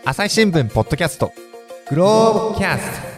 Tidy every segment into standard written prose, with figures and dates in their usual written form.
朝日新聞ポッドキャストグローブキャスト。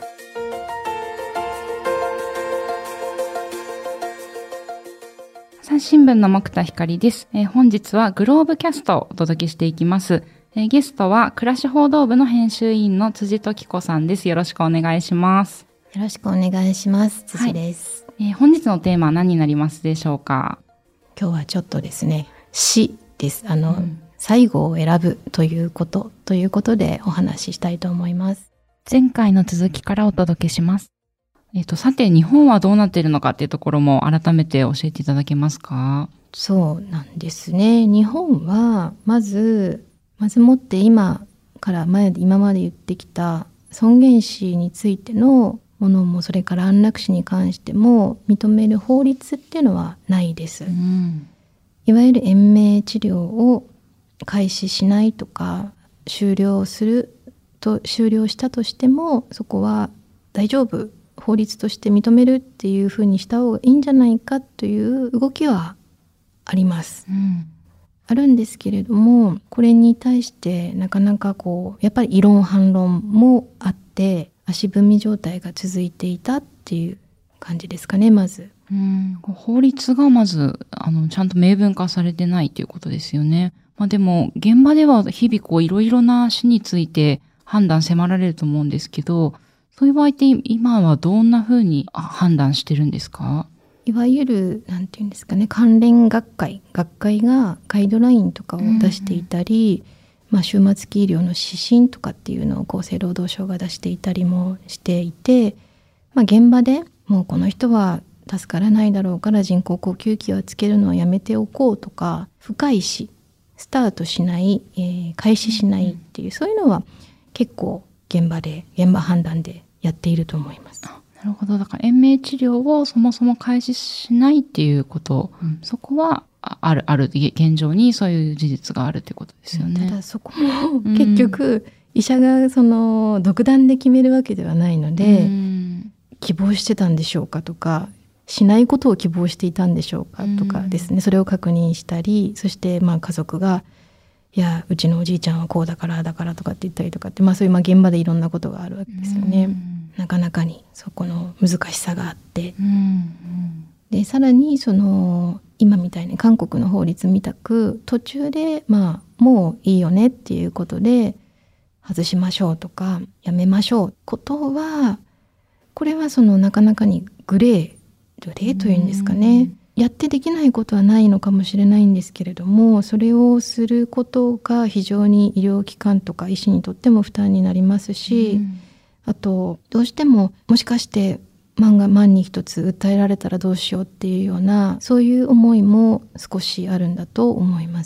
朝日新聞の木田光です。本日はグローブキャストをお届けしていきます。ゲストは暮らし報道部の編集員の辻時子さんです。よろしくお願いします。 よろしくお願いします。辻です。 本日のテーマは何になりますでしょうか？ 今日はちょっとですね、死です。最後を選ぶということでお話ししたいと思います。 前回の続きからお届けします。さて日本はどうなっているのかっていうところも改めて教えていただけますか？ そうなんですね。日本はまずもって今まで言ってきた尊厳死についてのものも、それから安楽死に関しても認める法律っていうのはないです。いわゆる延命治療を開始しないとか終了したとしても、そこは大丈夫、法律として認めるっていうふうにした方がいいんじゃないかという動きはあります。あるんですけれども、これに対してなかなかやっぱり異論反論もあって足踏み状態が続いていたっていう感じですかね。まず法律がまずちゃんと明文化されてないということですよね。でも現場では日々いろいろな死について判断迫られると思うんですけど、そういう場合って今はどんなふうに判断してるんですか？ いわゆるなんていうんですかね、関連学会がガイドラインとかを出していたり、終末期医療の指針とかっていうのを厚生労働省が出していたりもしていて、現場でもうこの人は助からないだろうから人工呼吸器をつけるのはやめておこうとか、深い死スタートしない、開始しないっていう、そういうのは結構現場判断でやっていると思います。 なるほど。だから延命治療をそもそも開始しないっていうこと、そこはある現状にそういう事実があるってことですよね。 ただそこも結局、医者が独断で決めるわけではないので、希望してたんでしょうかとか、しないことを希望していたんでしょうかとかですね、それを確認したり、そして家族がいやうちのおじいちゃんはこうだからとかって言ったりとかって、そういう現場でいろんなことがあるわけですよね。なかなかにそこの難しさがあって、でさらに今みたいに韓国の法律みたく途中でもういいよねっていうことで外しましょうとかやめましょうことは、これはなかなかにグレーというんですかね、やってできないことはないのかもしれないんですけれども、それをすることが非常に医療機関とか医師にとっても負担になりますし、あとどうしてももしかして万に一つ訴えられたらどうしようっていうような、そういう思いも少しあるんだと思います。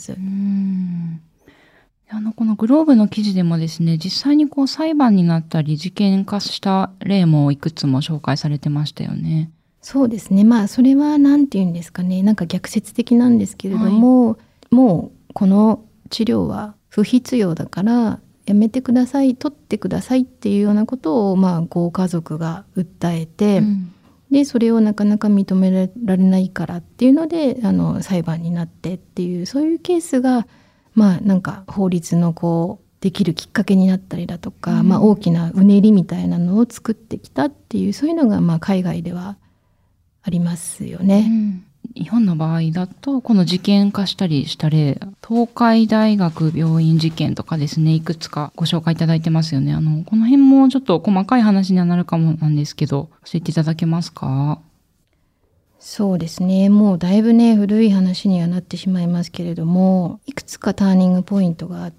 このグローブの記事でもですね、実際に裁判になったり事件化した例もいくつも紹介されてましたよね。 そうですね。それはなんていうんですかね、なんか逆説的なんですけれども、もうこの治療は不必要だからやめてください、取ってくださいっていうようなことをご家族が訴えて、でそれをなかなか認められないからっていうので裁判になってっていう、そういうケースがなんか法律のできるきっかけになったりだとか、大きなうねりみたいなのを作ってきたっていう、そういうのが海外ではありますよね。 日本の場合だとこの事件化したりした例、東海大学病院事件とかですね、いくつかご紹介いただいてますよね。この辺もちょっと細かい話にはなるかもなんですけど、教えていただけますか？ そうですね。もうだいぶね古い話にはなってしまいますけれども、いくつかターニングポイントがあって、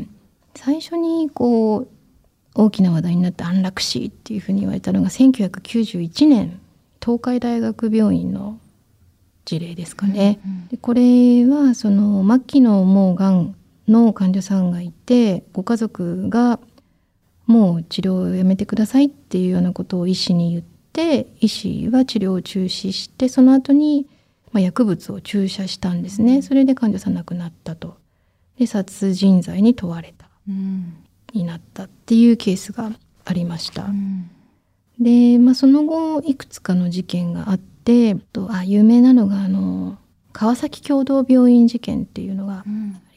最初に大きな話題になった安楽死っていうふうに言われたのが1991年東海大学病院の事例ですかね。でこれは末期のもうがんの患者さんがいて、ご家族がもう治療をやめてくださいっていうようなことを医師に言って、医師は治療を中止して、その後に薬物を注射したんですね。それで患者さん亡くなったと。で殺人罪に問われた、になったっていうケースがありました。で、その後いくつかの事件があって、有名なのが川崎共同病院事件っていうのがあ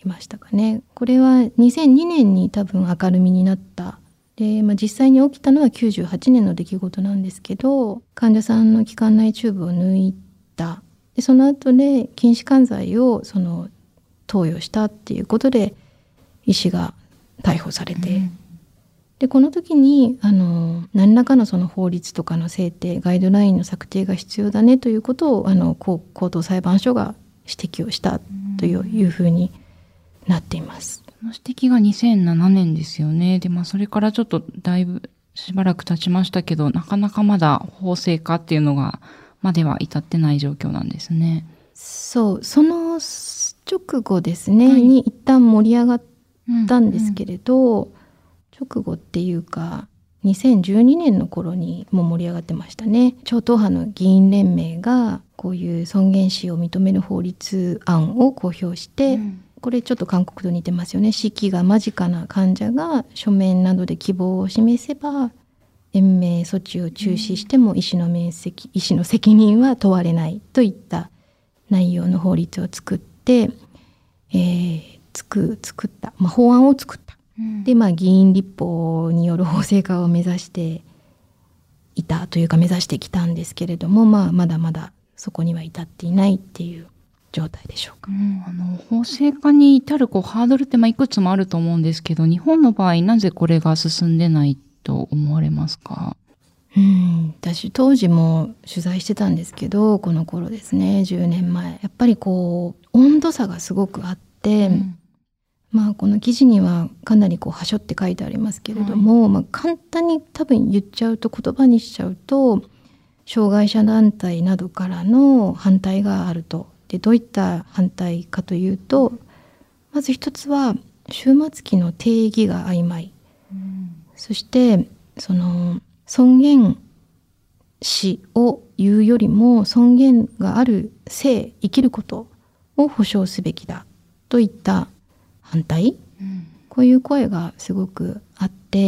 りましたかね。これは2002年に多分明るみになったで、実際に起きたのは98年の出来事なんですけど、患者さんの気管内チューブを抜いた。でその後で筋弛緩剤を投与したっていうことで医師が逮捕されて、でこの時に何らかのその法律とかの制定、ガイドラインの策定が必要だねということを高等裁判所が指摘をしたというふうになっています。 この指摘が2007年ですよね。で、それからちょっとだいぶしばらく経ちましたけど、なかなかまだ法制化っていうのがまでは至ってない状況なんですね。 そう、その直後ですね、に一旦盛り上がったんですけれど、直後っていうか2012年の頃にもう盛り上がってましたね。超党派の議員連盟がこういう尊厳死を認める法律案を公表して、これちょっと韓国と似てますよね。死期が間近な患者が書面などで希望を示せば延命措置を中止しても医師の責任は問われないといった内容の法律を作って、作った、法案を作った。で議員立法による法制化を目指していたというか目指してきたんですけれども、まだまだそこには至っていないっていう状態でしょうか。 法制化に至るハードルっていくつもあると思うんですけど、日本の場合なぜこれが進んでないと思われますか？ 私当時も取材してたんですけど、この頃ですね、10年前、やっぱり温度差がすごくあって、この記事にはかなりはしょって書いてありますけれども、簡単に多分言っちゃうと、言葉にしちゃうと、障害者団体などからの反対があると。でどういった反対かというと、まず一つは終末期の定義が曖昧、そして尊厳死を言うよりも尊厳がある生きることを保障すべきだといった反対、こういう声がすごくあって、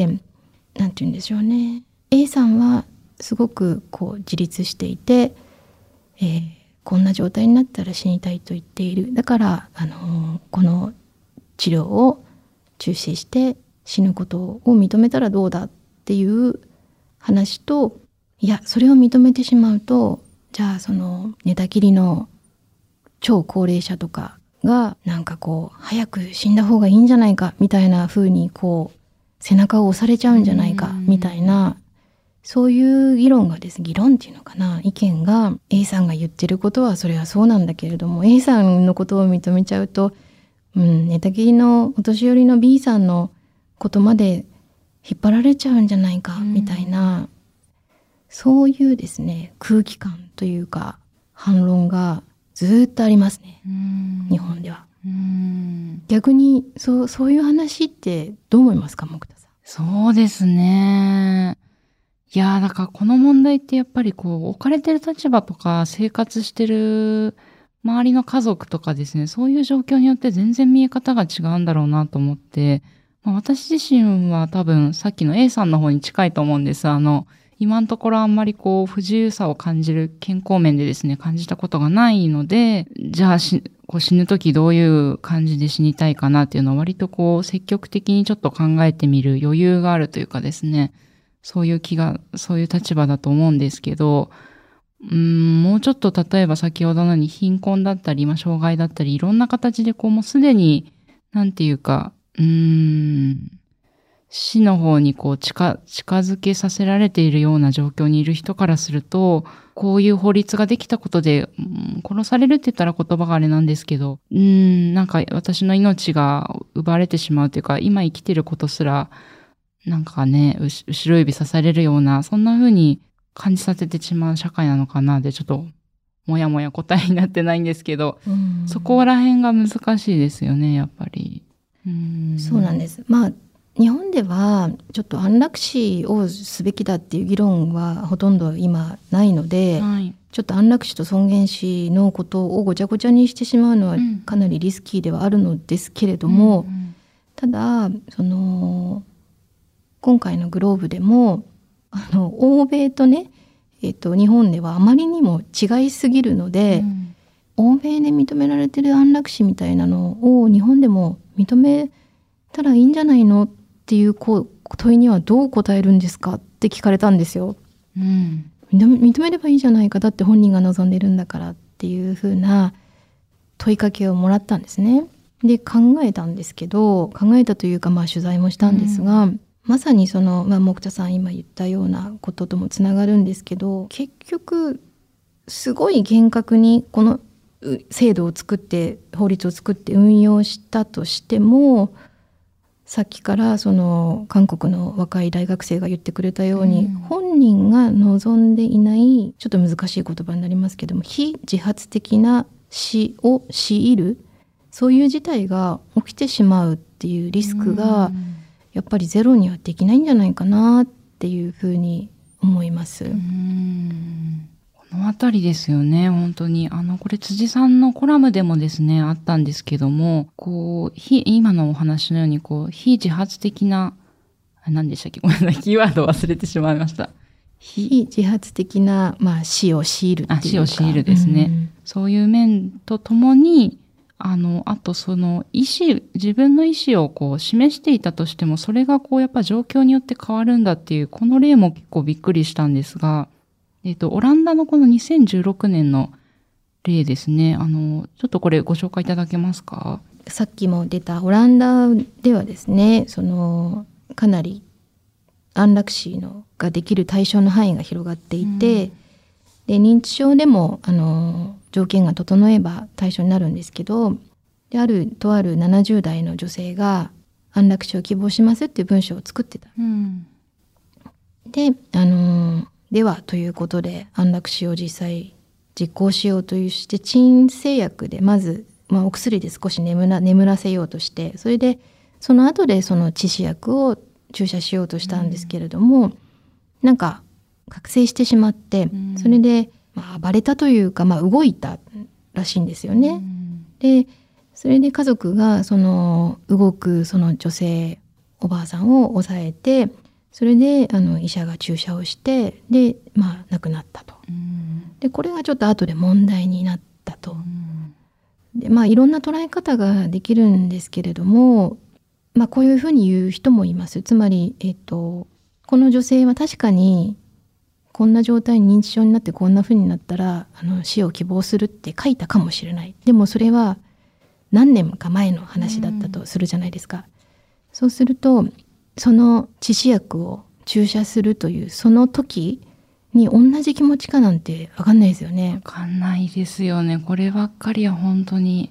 なんて言うんでしょうね、 A さんはすごく自立していて、こんな状態になったら死にたいと言っている。だからこの治療を中止して死ぬことを認めたらどうだっていう話と、いやそれを認めてしまうと、じゃあ寝たきりの超高齢者とかが早く死んだ方がいいんじゃないかみたいな風に背中を押されちゃうんじゃないかみたいな、そういう議論っていうのかな、意見が A さんが言ってることはそれはそうなんだけれども、 A さんのことを認めちゃうと、寝たきりのお年寄りの B さんのことまで引っ張られちゃうんじゃないかみたいな、そういうですね、空気感というか反論がずっとありますね、日本では。逆にそういう話ってどう思いますか、木田さん。 そうですね。いやだからこの問題ってやっぱり置かれてる立場とか生活してる周りの家族とかですね、そういう状況によって全然見え方が違うんだろうなと思って、私自身は多分さっきの A さんの方に近いと思うんです。今のところあんまり不自由さを感じる、健康面でですね感じたことがないので、じゃあ死ぬ時どういう感じで死にたいかなっていうのは割と積極的にちょっと考えてみる余裕があるというかですね、そういう立場だと思うんですけど、もうちょっと例えば先ほどのように貧困だったり、障害だったり、いろんな形でもうすでに、なんていうか、死の方に近づけさせられているような状況にいる人からすると、こういう法律ができたことで、殺されるって言ったら言葉があれなんですけど、私の命が奪われてしまうというか、今生きてることすら、後ろ指刺されるような、そんな風に感じさせてしまう社会なのかなで、ちょっともやもや答えになってないんですけど、そこら辺が難しいですよね、やっぱり。 そうなんです。日本ではちょっと安楽死をすべきだっていう議論はほとんど今ないので、ちょっと安楽死と尊厳死のことをごちゃごちゃにしてしまうのはかなりリスキーではあるのですけれども、ただ今回のグローブでも欧米とね、日本ではあまりにも違いすぎるので、 欧米で認められてる安楽死みたいなのを日本でも認めたらいいんじゃないのっていう問いにはどう答えるんですかって聞かれたんですよ。認めればいいじゃないか、だって本人が望んでるんだからっていう風な問いかけをもらったんですね。で考えたんですけど、考えたというか取材もしたんですが、まさにその、木田さん今言ったようなことともつながるんですけど、結局すごい厳格にこの制度を作って法律を作って運用したとしても、さっきからその韓国の若い大学生が言ってくれたように、本人が望んでいないちょっと難しい言葉になりますけども、非自発的な死を強いる、そういう事態が起きてしまうっていうリスクがやっぱりゼロにはできないんじゃないかなっていうふうに思います。 このあたりですよね、本当に。これ辻さんのコラムでもですね、あったんですけども、今のお話のように、非自発的な、何でしたっけ、ごめんなさい、キーワード忘れてしまいました。 非自発的な、死を強いるっていうか。 死を強いるですね。そういう面とともに、あとその自分の意思を示していたとしても、それがやっぱ状況によって変わるんだっていう、この例も結構びっくりしたんですが、オランダのこの2016年の例ですね。ちょっとこれご紹介いただけますか？ さっきも出たオランダではですね、かなり安楽死ができる対象の範囲が広がっていて、で認知症でも条件が整えば対象になるんですけど、とある70代の女性が安楽死を希望しますっていう文章を作ってた。でではということで安楽死を実際実行しようとして鎮静薬でまず、お薬で少し眠らせようとして、それでその後でその致死薬を注射しようとしたんですけれども、なんか覚醒してしまって、それで、暴れたというか、動いたらしいんですよね。でそれで家族がその動くその女性おばあさんを抑えて、それで医者が注射をして、で亡くなったと。でこれがちょっと後で問題になったと。でいろんな捉え方ができるんですけれども、こういうふうに言う人もいます。つまり、この女性は確かにこんな状態に認知症になってこんなふうになったら死を希望するって書いたかもしれない。でもそれは何年か前の話だったとするじゃないですか。そうするとその致死薬を注射するというその時に同じ気持ちかなんて分かんないですよね。 分かんないですよね。こればっかりは本当に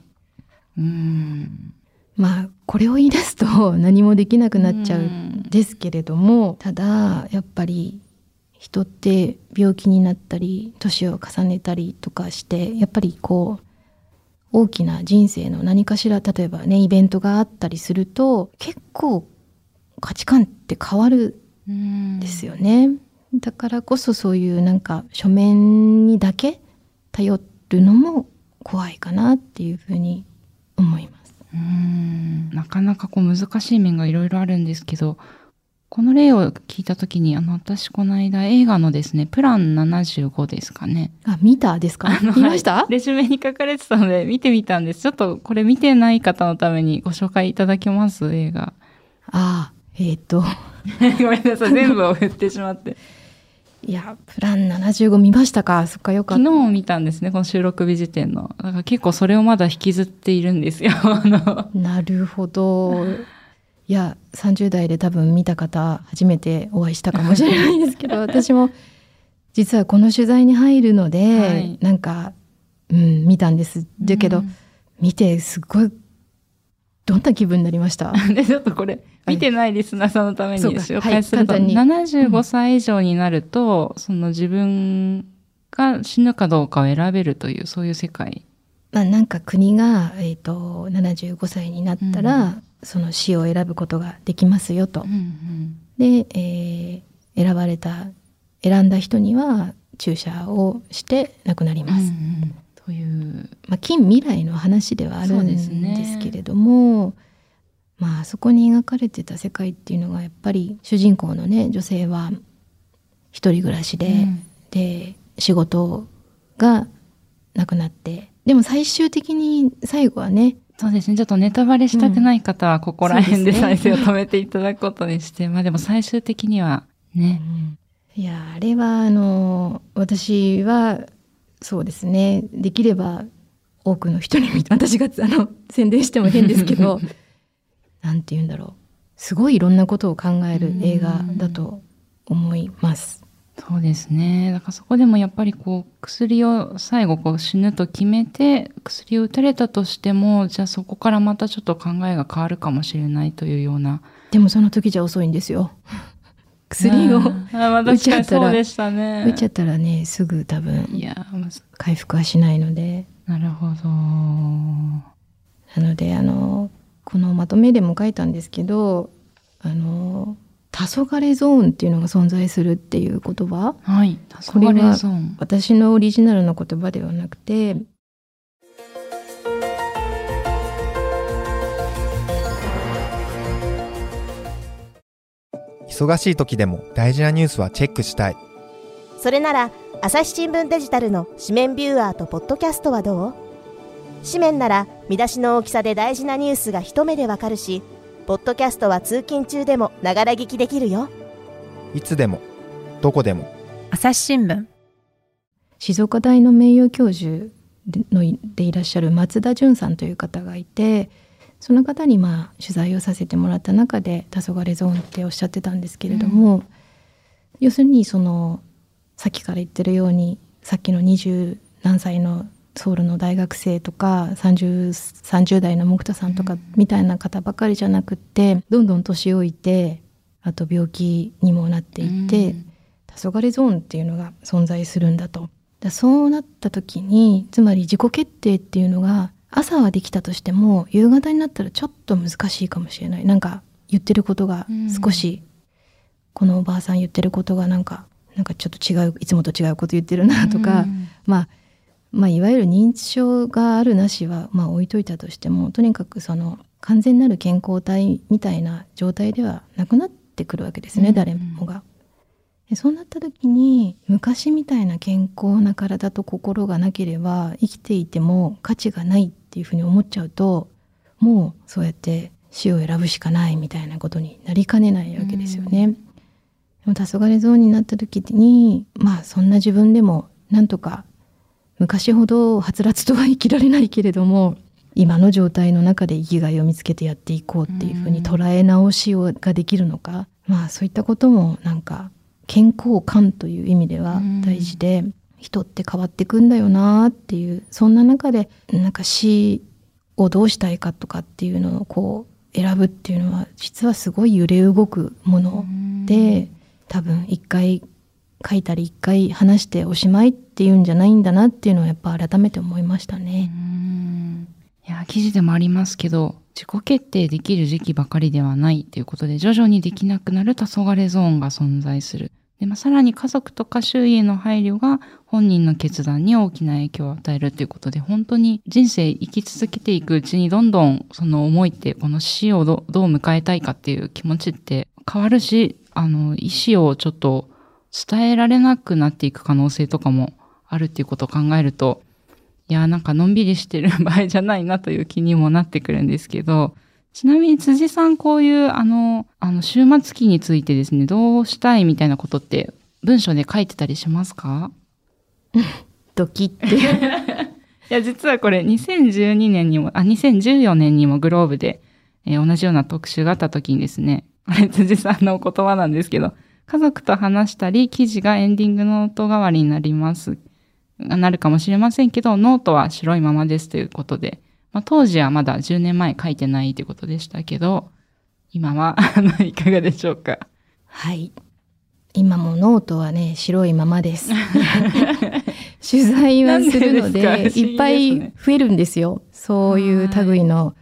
これを言い出すと何もできなくなっちゃうんですけれども、ただやっぱり人って病気になったり年を重ねたりとかして、やっぱり大きな人生の何かしら、例えばねイベントがあったりすると結構価値観って変わるんですよね。だからこそそういうなんか書面にだけ頼るのも怖いかなっていうふうに思います。 なかなか難しい面がいろいろあるんですけど、この例を聞いたときに私この間映画のですねプラン75ですかね。 見たですか？見ました？ レジュメに書かれてたので見てみたんです。ちょっとこれ見てない方のためにご紹介いただけます？映画。ごめんなさい、全部を振ってしまって。 いや、プラン75見ましたか？そっか、よかった。 昨日見たんですね、この収録日時点の。だから結構それをまだ引きずっているんですよ。 なるほど。いや、30代で多分見た方初めてお会いしたかもしれないんですけど私も実はこの取材に入るので、なんか、見たんです。だけど、見てすごいどんな気分になりました？ でちょっとこれ見てないリスナーさんのために紹介すると、75歳以上になると、その自分が死ぬかどうかを選べるというそういう世界。 なんか国が、75歳になったら、その死を選ぶことができますよと。で、選んだ人には注射をして亡くなります。 という近未来の話ではあるんですけれども、そこに描かれてた世界っていうのがやっぱり主人公のね女性は一人暮らしで、で仕事がなくなってでも最終的に最後はね、 そうですね。ちょっとネタバレしたくない方は、ここら辺で再生を止めていただくことにして、まあでも最終的にはね。 いや、あれは私はそうですね、できれば多くの人に私が宣伝しても変ですけどなんて言うんだろう、すごいいろんなことを考える映画だと思います。 そうですね。だからそこでもやっぱりこう薬を最後死ぬと決めて薬を打たれたとしても、じゃあそこからまたちょっと考えが変わるかもしれないというような。 でもその時じゃ遅いんですよ。薬を打っちゃったら、打っちゃったらね、すぐ多分回復はしないので。 なるほど。 なのでこのまとめでも書いたんですけど、黄昏ゾーンっていうのが存在するっていう言葉、 はい、黄昏ゾーン。 私のオリジナルの言葉ではなくて、 忙しい時でも大事なニュースはチェックしたい。 それなら朝日新聞デジタルの紙面ビューアーとポッドキャストはどう？紙面なら見出しの大きさで大事なニュースが一目でわかるし、ポッドキャストは通勤中でもながら聞きできるよ。 いつでもどこでも朝日新聞。 静岡大の名誉教授でいらっしゃる松田純さんという方がいて、その方に取材をさせてもらった中で黄昏ゾーンっておっしゃってたんですけれども、要するにさっきから言ってるように、さっきの20何歳のソウルの大学生とか30代の木田さんとかみたいな方ばかりじゃなくって、どんどん年老いて、あと病気にもなっていって、黄昏ゾーンっていうのが存在するんだと。そうなった時に、つまり自己決定っていうのが朝はできたとしても夕方になったらちょっと難しいかもしれない。なんか言ってることが少し、このおばあさん言ってることがなんかちょっと違う、いつもと違うこと言ってるなとか、いわゆる認知症があるなしは置いといたとしても、とにかく完全なる健康体みたいな状態ではなくなってくるわけですね、誰もが。そうなった時に、昔みたいな健康な体と心がなければ生きていても価値がないっていうふうに思っちゃうと、もうそうやって死を選ぶしかないみたいなことになりかねないわけですよね。でも黄昏ゾーンになった時に、そんな自分でもなんとか昔ほどはつらつとは生きられないけれども、今の状態の中で生きがいを見つけてやっていこうっていうふうに捉え直しができるのか、そういったことも健康観という意味では大事で、人って変わっていくんだよなっていう、そんな中で死をどうしたいかとかっていうのを選ぶっていうのは、実はすごい揺れ動くもので、多分一回書いたり一回話しておしまいっていうんじゃないんだなっていうのはやっぱ改めて思いましたね。 いや、記事でもありますけど、自己決定できる時期ばかりではないということで、徐々にできなくなる黄昏ゾーンが存在する。で、さらに家族とか周囲への配慮が本人の決断に大きな影響を与えるということで、本当に人生生き続けていくうちにどんどんその思いって、この死をどう迎えたいかっていう気持ちって変わるし、意思をちょっと伝えられなくなっていく可能性とかもあるっていうことを考えると、いや、のんびりしてる場合じゃないなという気にもなってくるんですけど、ちなみに辻さん、こういう終末期についてですね、どうしたいみたいなことって文章で書いてたりしますか？ ドキっていや、実はこれ2014年にもグローブで、同じような特集があった時にですね、これ辻さんのお言葉なんですけど、家族と話したり、記事がエンディングノート代わりになるかもしれませんけど、ノートは白いままですということで、当時はまだ10年前書いてないということでしたけど、今はいかがでしょうか？ はい。今もノートはね、白いままです。取材はするので、いっぱい増えるんですよ。そういう類の、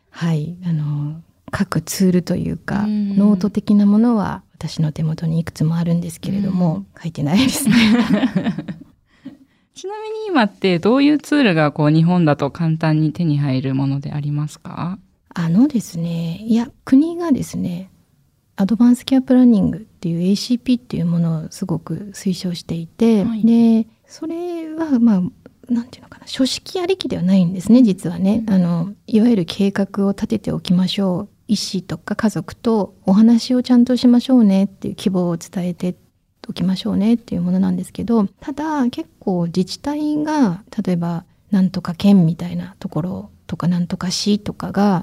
書くツールというか、ノート的なものは私の手元にいくつもあるんですけれども、書いてないですね。 ちなみに今ってどういうツールが日本だと簡単に手に入るものでありますか？ ですね、国がですね、アドバンスケアプランニングっていう ACP っていうものをすごく推奨していて、で、それはなんていうのかな、書式ありきではないんですね、実はね。いわゆる計画を立てておきましょう、医師とか家族とお話をちゃんとしましょうねっていう希望を伝えておきましょうねっていうものなんですけど、ただ結構自治体が例えばなんとか県みたいなところとかなんとか市とかが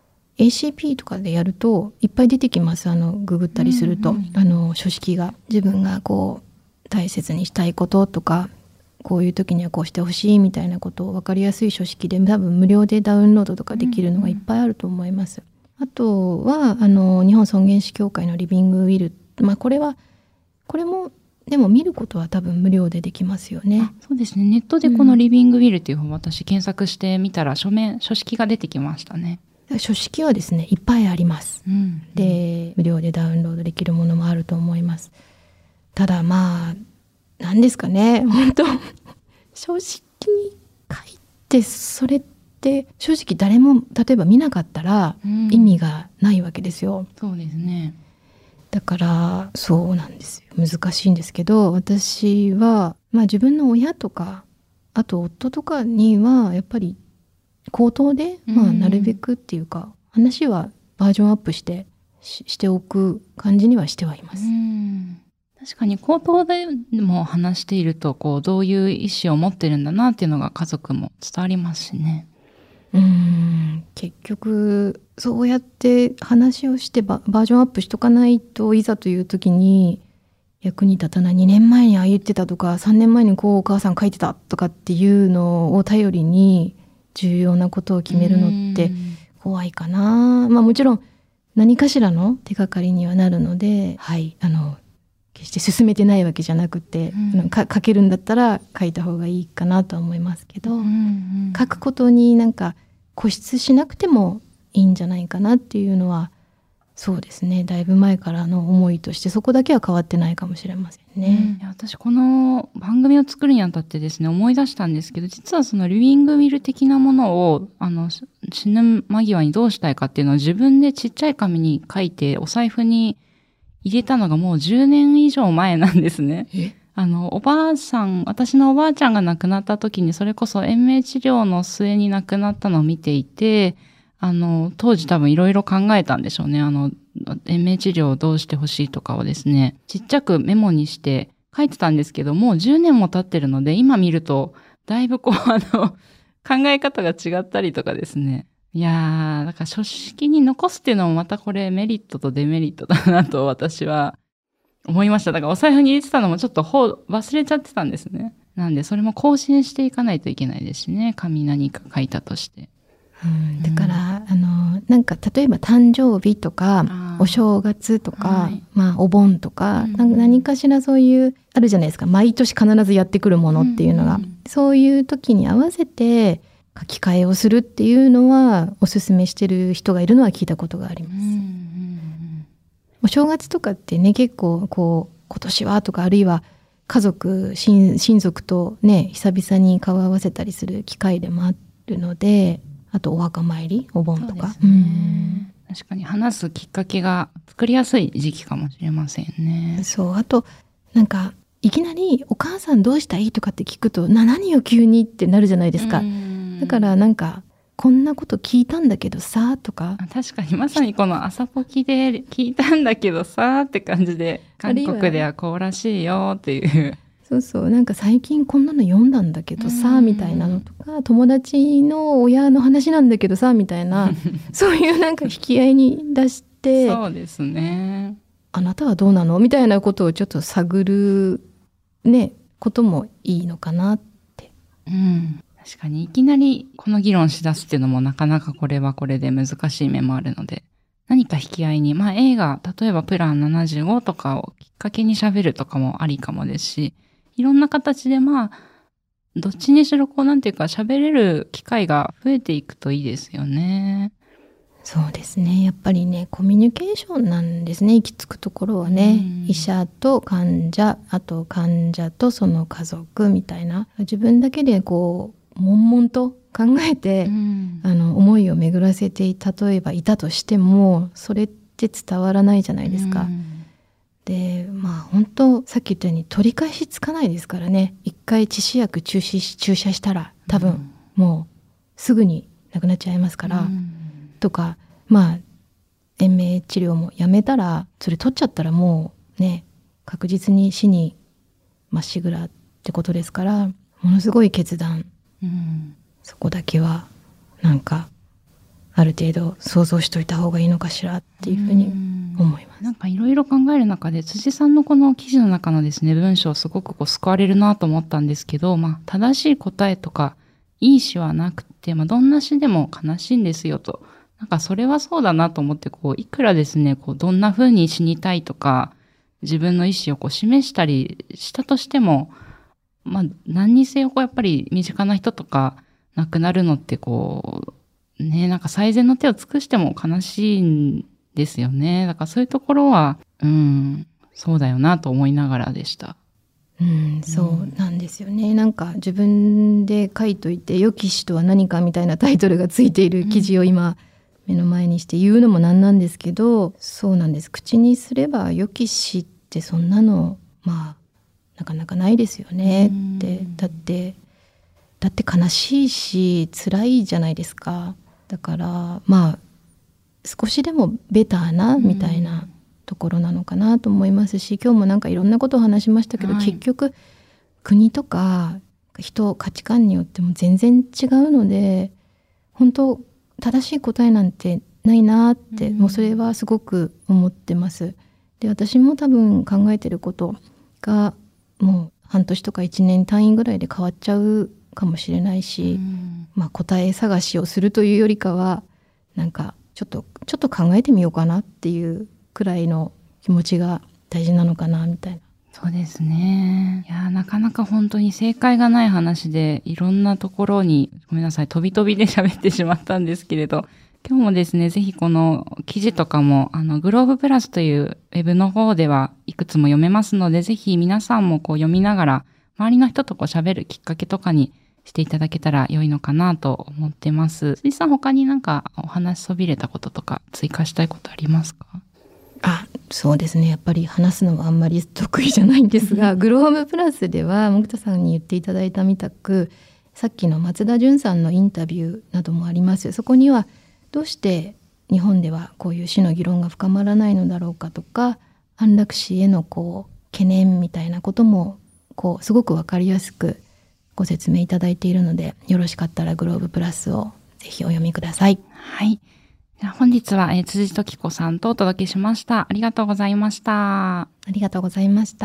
ACP とかでやるといっぱい出てきます。ググったりすると、書式が自分がこう大切にしたいこととか、こういう時にはこうしてほしいみたいなことを分かりやすい書式で多分無料でダウンロードとかできるのがいっぱいあると思います。あとは日本尊厳死協会のリビングウィル、これもでも見ることは多分無料でできますよね。 そうですね。ネットでこのリビングウィルっていう本、私検索してみたら書式が出てきましたね。 書式はですねいっぱいあります、で無料でダウンロードできるものもあると思います。ただ何ですかね、本当書式に書いてそれって正直誰も例えば見なかったら意味がないわけですよ。 そうですね。 だからそうなんですよ、難しいんですけど、私は自分の親とかあと夫とかにはやっぱり口頭でなるべくっていうか、話はバージョンアップしておく感じにはしてはいます。 確かに口頭でも話しているとどういう意思を持ってるんだなっていうのが家族も伝わりますしね。 結局そうやって話をしてバージョンアップしとかないと、いざという時に役に立たない。2年前にああ言ってたとか3年前にこうお母さん書いてたとかっていうのを頼りに重要なことを決めるのって怖いかな。もちろん何かしらの手がかりにはなるので、決して進めてないわけじゃなくて、書けるんだったら書いた方がいいかなとは思いますけど、書くことに固執しなくてもいいんじゃないかなっていうのは、そうですね、だいぶ前からの思いとしてそこだけは変わってないかもしれませんね。 私この番組を作るにあたってですね思い出したんですけど、実はそのリビングウィル的なものを死ぬ間際にどうしたいかっていうのを自分でちっちゃい紙に書いてお財布に入れたのがもう10年以上前なんですね。おばあさん、私のおばあちゃんが亡くなった時にそれこそ延命治療の末に亡くなったのを見ていて、当時多分いろいろ考えたんでしょうね。延命治療をどうしてほしいとかをですね、ちっちゃくメモにして書いてたんですけど、もう10年も経ってるので、今見ると、だいぶ考え方が違ったりとかですね。だから書式に残すっていうのもまたこれメリットとデメリットだなと私は思いました。だからお財布に入れてたのもちょっと忘れちゃってたんですね。なんでそれも更新していかないといけないですしね。紙何か書いたとして。 だから例えば誕生日とかお正月とか、お盆とか、何かしらそういうあるじゃないですか、毎年必ずやってくるものっていうのが、そういう時に合わせて書き換えをするっていうのはおすすめしてる人がいるのは聞いたことがあります。お正月とかってね、結構今年はとか、あるいは家族親族とね久々に顔を合わせたりする機会でもあるので、あとお墓参り、お盆とか、 確かに話すきっかけが作りやすい時期かもしれませんね。 あといきなりお母さんどうしたいとかって聞くと何よ急にってなるじゃないですか。だからこんなこと聞いたんだけどさとか、 確かにまさにこの朝ポキで聞いたんだけどさって感じで、韓国ではこうらしいよっていう最近こんなの読んだんだけどさみたいなのとか、友達の親の話なんだけどさみたいなそういう引き合いに出してそうですね、 あなたはどうなのみたいなことをちょっと探ることもいいのかなって。 確かにいきなりこの議論しだすっていうのもなかなかこれはこれで難しい面もあるので、何か引き合いに、映画、例えばプラン75とかをきっかけに喋るとかもありかもですし、いろんな形でどっちにしろ喋れる機会が増えていくといいですよね。 そうですね、やっぱりねコミュニケーションなんですね、行き着くところはね。医者と患者、あと患者とその家族みたいな、自分だけで悶々と考えて、思いを巡らせて例えばいたとしてもそれって伝わらないじゃないですか。 で本当さっき言ったように取り返しつかないですからね。一回致死薬注射したら多分もうすぐになくなっちゃいますから、とか延命治療もやめたら、それ取っちゃったらもうね確実に死にまっしぐらってことですから、ものすごい決断、そこだけはなんかある程度想像しといた方がいいのかしらっていうふうに思います。 なんかいろいろ考える中で辻さんのこの記事の中のですね文章すごく救われるなと思ったんですけど、正しい答えとかいい詩はなくて、どんな詩でも悲しいんですよと、なんかそれはそうだなと思って、いくらですねどんな風に死にたいとか自分の意思を示したりしたとしても、何にせよやっぱり身近な人とか亡くなるのってなんか最善の手を尽くしても悲しいんですよね。だからそういうところはそうだよなと思いながらでした。 そうなんですよね。なんか自分で書いといて良き詩とは何かみたいなタイトルがついている記事を今目の前にして言うのもなんなんですけど、そうなんです。口にすれば良き詩ってそんなのなかなかないですよねって。だって悲しいし辛いじゃないですか。だから少しでもベターなみたいなところなのかなと思いますし、今日もなんかいろんなことを話しましたけど、結局国とか人価値観によっても全然違うので、本当正しい答えなんてないなって、もうそれはすごく思ってます。で、私も多分考えてることがもう半年とか1年単位ぐらいで変わっちゃうかもしれないし、答え探しをするというよりかはなんかちょっと考えてみようかなっていうくらいの気持ちが大事なのかなみたいな。 そうですね。いや、なかなか本当に正解がない話で、いろんなところにごめんなさい飛び飛びで喋ってしまったんですけれど、今日もですねぜひこの記事とかもグローブプラスというウェブの方ではいくつも読めますので、ぜひ皆さんも読みながら周りの人と喋るきっかけとかにしていただけたら良いのかなと思ってます。辻さん、他になんかお話そびれたこととか追加したいことありますか？ そうですね。やっぱり話すのはあんまり得意じゃないんですがグローブプラスでは木田さんに言っていただいたみたく、さっきの松田純さんのインタビューなどもあります。そこにはどうして日本ではこういう死の議論が深まらないのだろうかとか、安楽死への懸念みたいなこともすごく分かりやすくご説明いただいているので、よろしかったらグローブプラスをぜひお読みください。 はい。じゃあ本日は、辻時子さんとお届けしました。ありがとうございました。 ありがとうございました。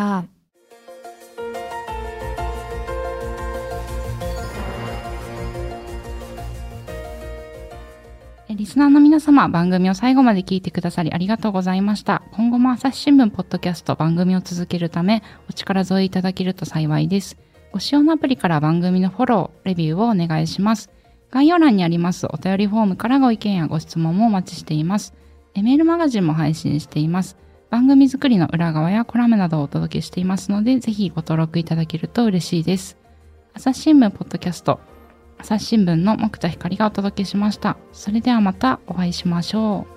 リスナーの皆様、番組を最後まで聞いてくださりありがとうございました。今後も朝日新聞ポッドキャスト番組を続けるためお力添えいただけると幸いです。ご使用のアプリから番組のフォロー、レビューをお願いします。概要欄にありますお便りフォームからご意見やご質問もお待ちしています。メールマガジンも配信しています。番組作りの裏側やコラムなどをお届けしていますので、ぜひご登録いただけると嬉しいです。朝日新聞ポッドキャスト、朝日新聞の木田光がお届けしました。それではまたお会いしましょう。